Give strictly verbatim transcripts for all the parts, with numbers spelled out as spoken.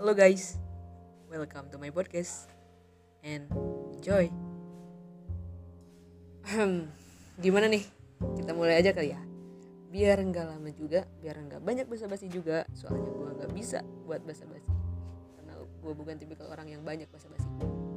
Halo guys, welcome to my podcast and enjoy. Gimana nih? Kita mulai aja kali ya. Biar nggak lama juga, biar nggak banyak basa-basi juga. Soalnya gue nggak bisa buat basa-basi karena gue bukan tipikal orang yang banyak basa-basi.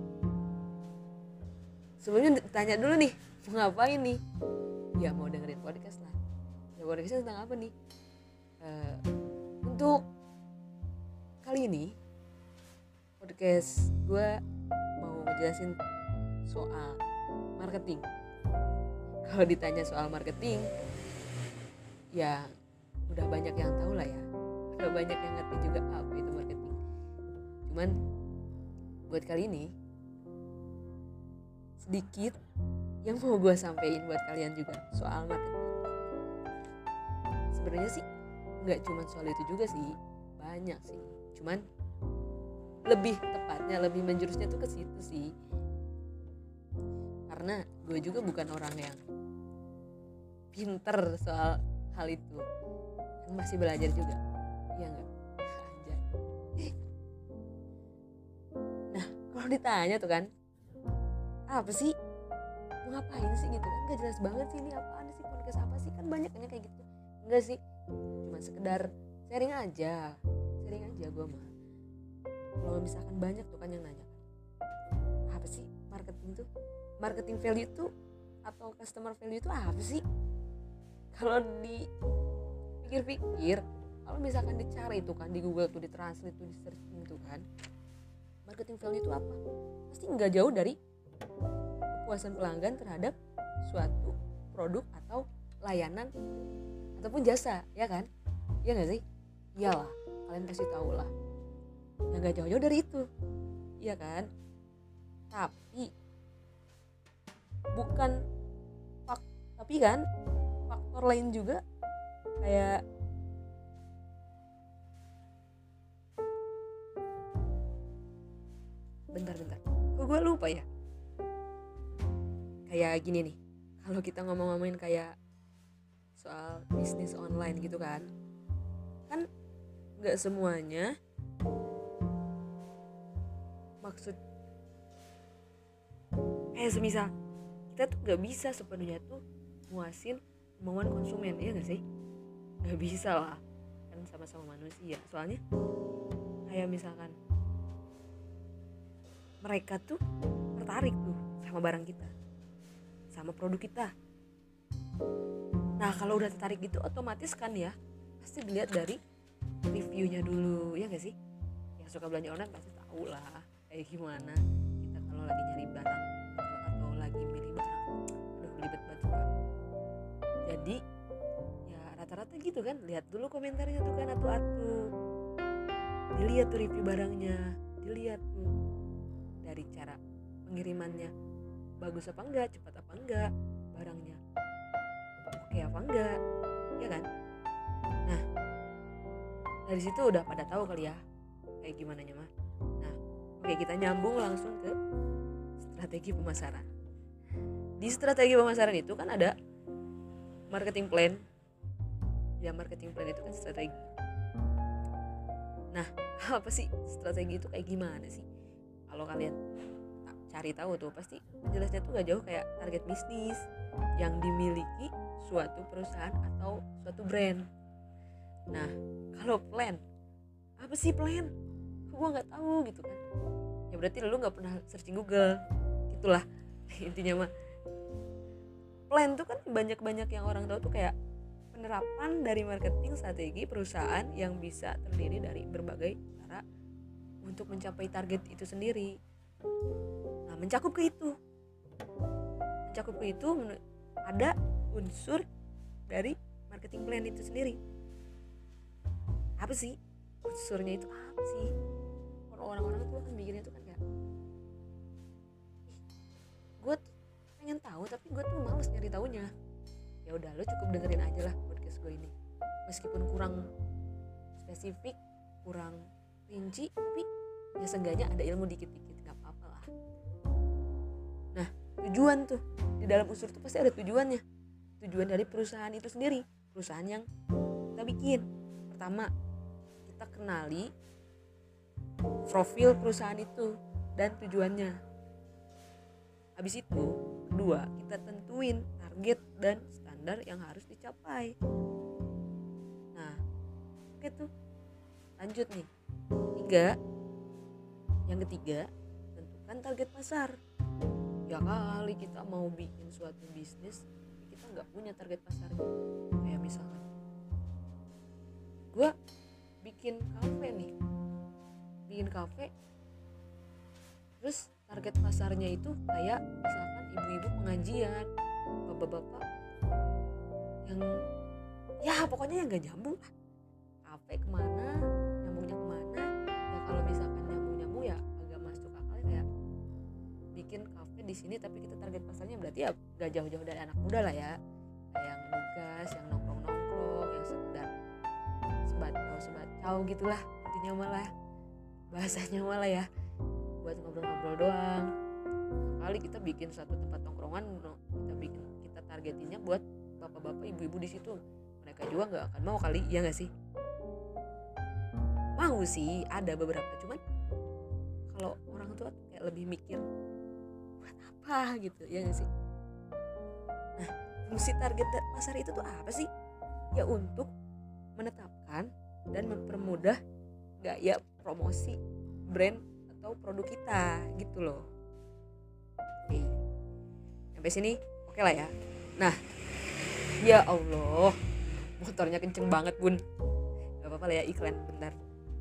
Sebelumnya tanya dulu nih, mau ngapain nih? Ya mau dengerin podcast lah. Ya podcastnya tentang apa nih? Uh, untuk kali ini podcast gue mau ngejelasin soal marketing. Kalau ditanya soal marketing, ya udah banyak yang tahu lah ya. Udah banyak yang ngerti juga apa itu marketing. Cuman buat kali ini sedikit yang mau gue sampein buat kalian juga soal marketing. Sebenarnya sih nggak cuma soal itu juga sih, banyak sih. Cuman lebih tepatnya, lebih menjurusnya tuh ke situ sih. Karena gue juga bukan orang yang pinter soal hal itu, kan masih belajar juga, iya nggak? Anjay. Nah kalau ditanya tuh kan, apa sih? Mau ngapain sih gitu kan? Gak jelas banget sih ini apaan sih, podcast apa sih? Kan banyaknya kayak gitu. Enggak sih, cuma sekedar sharing aja, sharing aja gue mah. Kalau misalkan banyak tuh kan yang nanya, apa sih marketing tuh? Marketing value tuh atau customer value itu apa sih? Kalau dipikir-pikir, kalau misalkan dicari itu kan di Google tuh, ditranslate tuh, di searching tuh kan, marketing value itu apa? Pasti nggak jauh dari kepuasan pelanggan terhadap suatu produk atau layanan ataupun jasa, ya kan? Iya nggak sih? Iyalah, kalian pasti tahu lah. Ya nggak jauh-jauh dari itu, iya kan? Tapi bukan fak, tapi kan faktor lain juga kayak bentar-bentar, kok gue lupa ya? Kayak gini nih, kalau kita ngomong-ngomongin kayak soal bisnis online gitu kan, kan nggak semuanya maksud kayak semisal kita tuh nggak bisa sepenuhnya tuh muasin kemauan konsumen, ya nggak sih? Nggak bisa lah, kan sama-sama manusia. Soalnya kayak misalkan mereka tuh tertarik tuh sama barang kita, sama produk kita. Nah kalau udah tertarik gitu otomatis kan ya pasti dilihat dari reviewnya dulu, ya nggak sih? Yang suka belanja online pasti tahu lah kayak gimana kita kalau lagi nyari barang atau lagi milih barang. Aduh belibet banget Pak. Jadi ya rata-rata gitu kan, lihat dulu komentarnya tuh kan, atu-atu dilihat tuh review barangnya, dilihat tuh dari cara pengirimannya bagus apa enggak, cepat apa enggak, barangnya oke apa enggak, ya kan? Nah dari situ udah pada tahu kali ya kayak gimana nya mah. Nah oke, kita nyambung langsung ke strategi pemasaran. Di strategi pemasaran itu kan ada marketing plan. Ya marketing plan itu kan strategi. Nah apa sih strategi itu kayak gimana sih? Kalau kalian cari tahu tuh pasti jelasnya tuh gak jauh kayak target bisnis yang dimiliki suatu perusahaan atau suatu brand. Nah kalau plan, apa sih plan? Gue nggak tahu gitu kan. Ya berarti lu nggak pernah searching Google, gitulah intinya mah. Plan tuh kan banyak-banyak yang orang tahu tuh kayak penerapan dari marketing strategi perusahaan yang bisa terdiri dari berbagai cara untuk mencapai target itu sendiri. Nah mencakup ke itu, mencakup ke itu ada unsur dari marketing plan itu sendiri. Apa sih unsurnya itu, apa sih? Kalau orang-orang tuh kan mikirnya tuh kan kayak, gue tuh pengen tahu tapi gue tuh males nyari taunya. Ya udah lo cukup dengerin aja lah podcast gue ini, meskipun kurang spesifik, kurang rinci, tapi ya seenggaknya ada ilmu dikit-dikit, nggak apa-apa lah. Nah tujuan tuh di dalam unsur tuh pasti ada tujuannya, tujuan dari perusahaan itu sendiri, perusahaan yang kita bikin. Pertama kita kenali profil perusahaan itu dan tujuannya. Habis itu, kedua, kita tentuin target dan standar yang harus dicapai. Nah, oke tuh. Lanjut nih. Tiga. Yang ketiga, tentukan target pasar. Ya kali kita mau bikin suatu bisnis, kita nggak punya target pasarnya. Kayak misalkan, gue bikin kafe nih, bikin kafe, terus target pasarnya itu kayak misalkan ibu-ibu pengajian, bapak-bapak yang ya pokoknya yang gak nyambung lah. Kafe kemana, nyambungnya kemana, ya kalau misalkan nyambung-nyambung ya agak masuk akal kayak bikin kafe di sini tapi kita target pasarnya berarti ya gak jauh-jauh dari anak muda lah ya, kayak yang nugas, yang nongkrong-nongkrong, yang sekedar sebacau gitulah intinya malah bahasanya malah ya buat ngobrol-ngobrol doang. Kali kita bikin satu tempat nongkrongan, kita bikin kita targetinnya buat bapak-bapak ibu-ibu di situ, mereka juga nggak akan mau kali, iya nggak sih? Mau sih ada beberapa, cuman kalau orang tua kayak lebih mikir buat apa gitu, ya nggak sih? Nah, fungsi target pasar itu tuh apa sih? Ya untuk menetapkan dan mempermudah gaya promosi brand atau produk kita gitu loh. Oke, sampai sini oke lah ya. Nah, ya Allah, motornya kenceng banget bun. Gak apa-apa lah ya, iklan bentar.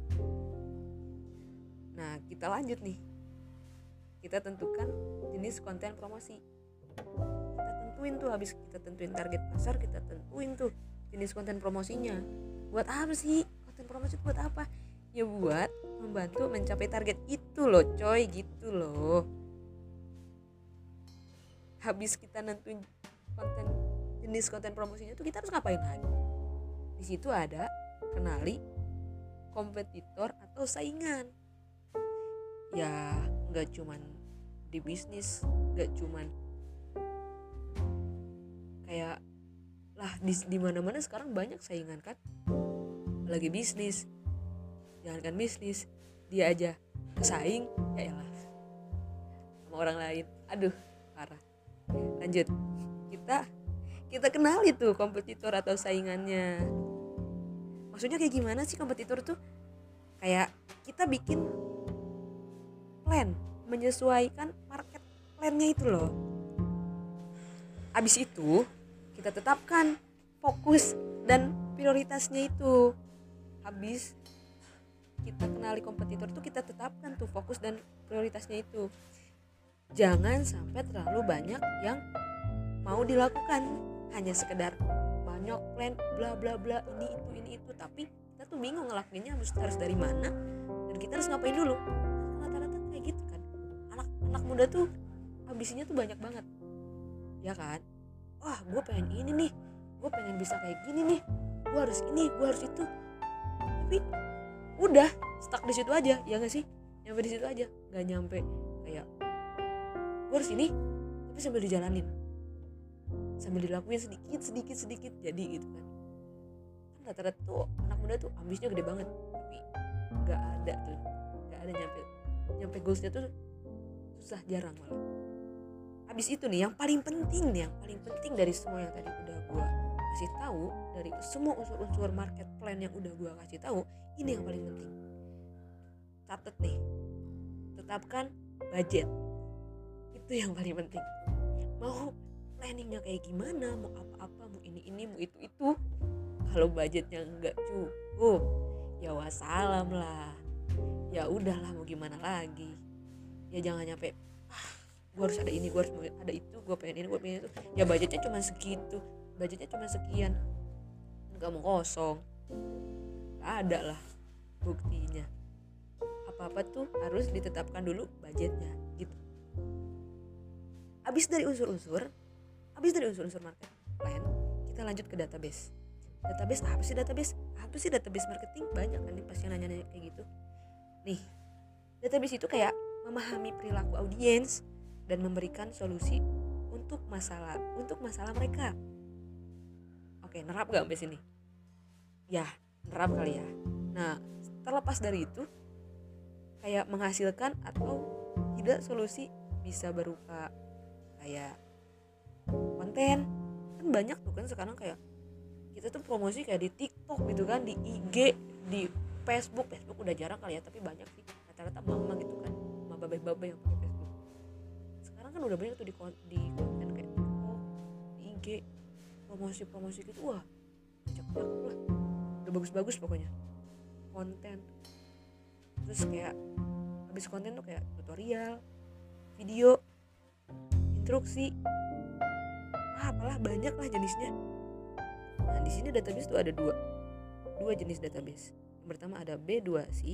Nah, kita lanjut nih. Kita tentukan jenis konten promosi. Kita tentuin tuh, habis kita tentuin target pasar, kita tentuin tuh jenis konten promosinya. Buat apa sih konten promosi itu? Buat apa? Ya buat membantu mencapai target itu loh coy, gitu loh. Habis kita nentuin konten jenis konten promosinya itu, kita harus ngapain lagi? Di situ ada kenali kompetitor atau saingan. Ya nggak cuman di bisnis, nggak cuman kayak lah di, di mana-mana sekarang banyak saingan kan. Lagi bisnis, jangankan bisnis, dia aja kesaing, ya elah sama orang lain. Aduh, parah. Lanjut, kita kita kenal itu kompetitor atau saingannya. Maksudnya kayak gimana sih kompetitor tuh? Kayak kita bikin plan, menyesuaikan market plan-nya itu loh. Abis itu kita tetapkan fokus dan prioritasnya itu. Habis kita kenali kompetitor tuh, kita tetapkan tuh fokus dan prioritasnya itu. Jangan sampai terlalu banyak yang mau dilakukan, hanya sekedar banyak plan bla bla bla ini itu ini itu, tapi kita tuh bingung ngelakuinnya harus harus dari mana dan kita harus ngapain dulu. Rata-rata kayak gitu kan, anak-anak muda tuh ambisinya tuh banyak banget, ya kan? Wah, gue pengen ini nih, gue pengen bisa kayak gini nih, gue harus ini, gue harus itu. Tapi udah stuck di situ aja, ya nggak sih? Nyampe di situ aja, nggak nyampe kayak gue harus ini, tapi sambil dijalanin, sambil dilakuin sedikit sedikit sedikit jadi gitu kan. Kan rata-rata tuh anak muda tuh ambisnya gede banget, tapi nggak ada tuh, nggak ada nyampe nyampe goalsnya tuh susah, jarang malah. Habis itu nih yang paling penting nih, yang paling penting dari semua yang tadi udah gue kasih tahu, dari semua unsur-unsur market plan yang udah gue kasih tahu, ini yang paling penting. Catat nih, tetapkan budget. Itu yang paling penting. Mau planningnya kayak gimana, mau apa-apa, mau ini ini, mau itu itu, kalau budgetnya nggak cukup, ya wassalam lah. Ya udahlah, mau gimana lagi? Ya jangan nyampe gue harus ada ini, gue harus ada itu, gue pengen ini, gue pengen itu. Ya budgetnya cuma segitu, budgetnya cuma sekian, nggak mau kosong, nggak ada lah buktinya. Apa-apa tuh harus ditetapkan dulu budgetnya gitu. Abis dari unsur-unsur, abis dari unsur-unsur market plan, kita lanjut ke database. Database apa sih database? Apa sih database marketing? Banyak kan nih pasti nanya-nanya kayak gitu. Nih, database itu kayak memahami perilaku audiens dan memberikan solusi untuk masalah untuk masalah mereka. Oke, nerap gak sampai sini? Ya, nerap kali ya. Nah, terlepas dari itu, kayak menghasilkan atau tidak solusi bisa berupa kayak konten. Kan banyak tuh kan sekarang kayak kita tuh promosi kayak di TikTok gitu kan, di I G, di Facebook. Facebook udah jarang kali ya, tapi banyak sih rata-rata mama gitu kan, mama babe-babe yang pakai Facebook. Sekarang kan udah banyak tuh di, di konten kayak TikTok, di I G, promosi-promosi gitu. Wah, cakep-cakep lah, udah bagus-bagus pokoknya konten. Terus kayak habis konten tuh kayak tutorial, video, instruksi, ah, apalah banyak lah jenisnya. Nah di sini database tuh ada dua, dua jenis database. Yang pertama ada B dua C.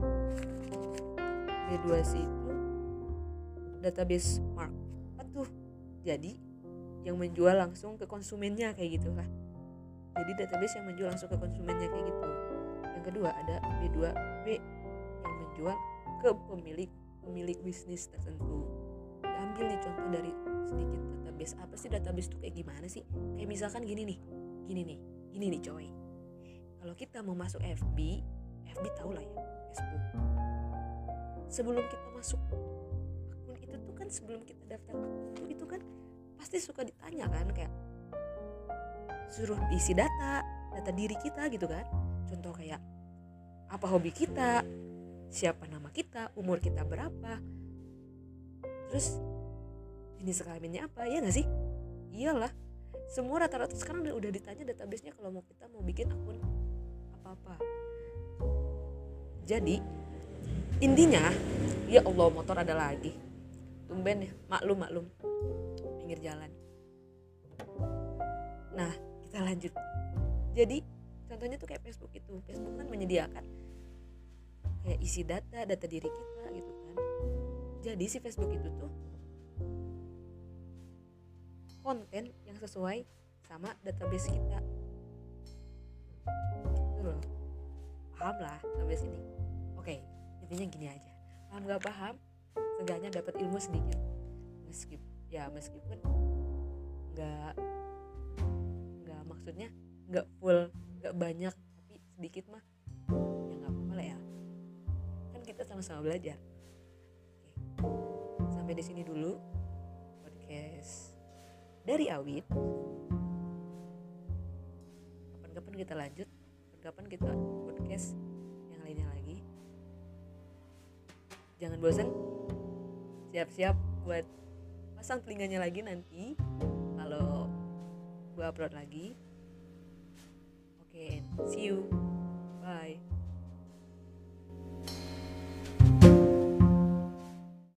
B dua C itu database market tuh. Jadi yang menjual langsung ke konsumennya kayak gitu lah. Jadi database yang menjual langsung ke konsumennya kayak gitu. Yang kedua ada B dua B yang menjual ke pemilik pemilik bisnis tertentu. Ambil nih contoh dari sedikit database. Apa sih database tuh kayak gimana sih? Kayak misalkan gini nih. Gini nih, gini nih coy. Kalau kita mau masuk F B, F B tau lah ya, Facebook. Sebelum kita masuk akun itu tuh kan, sebelum kita daftar akun itu kan pasti suka ditanya kan, kayak suruh isi data, data diri kita gitu kan. Contoh kayak apa hobi kita, siapa nama kita, umur kita berapa, terus jenis kelaminnya apa, ya nggak sih? Iyalah. Semua rata-rata sekarang udah, udah ditanya database-nya kalau mau kita mau bikin akun apa-apa. Jadi intinya, ya Allah motor ada lagi. Tumben ya, maklum maklum pinggir jalan. Nah kita lanjut. Jadi contohnya tuh kayak Facebook itu. Facebook kan menyediakan kayak isi data, data diri kita gitu kan. Jadi si Facebook itu tuh konten yang sesuai sama database kita. Gitu loh. Paham lah sampai sini. Oke, intinya gini aja. Paham gak paham, seenggaknya dapat ilmu sedikit. Meskipun ya meskipun nggak nggak maksudnya nggak full, nggak banyak, tapi sedikit mah ya nggak apa-apa lah ya. Kan kita sama-sama belajar. Oke, sampai di sini dulu podcast dari Awit. Kapan-kapan kita lanjut, kapan-kapan kita podcast yang lainnya lagi. Jangan bosan, siap-siap buat pasang telinganya lagi nanti kalau gue upload lagi. Oke, see you.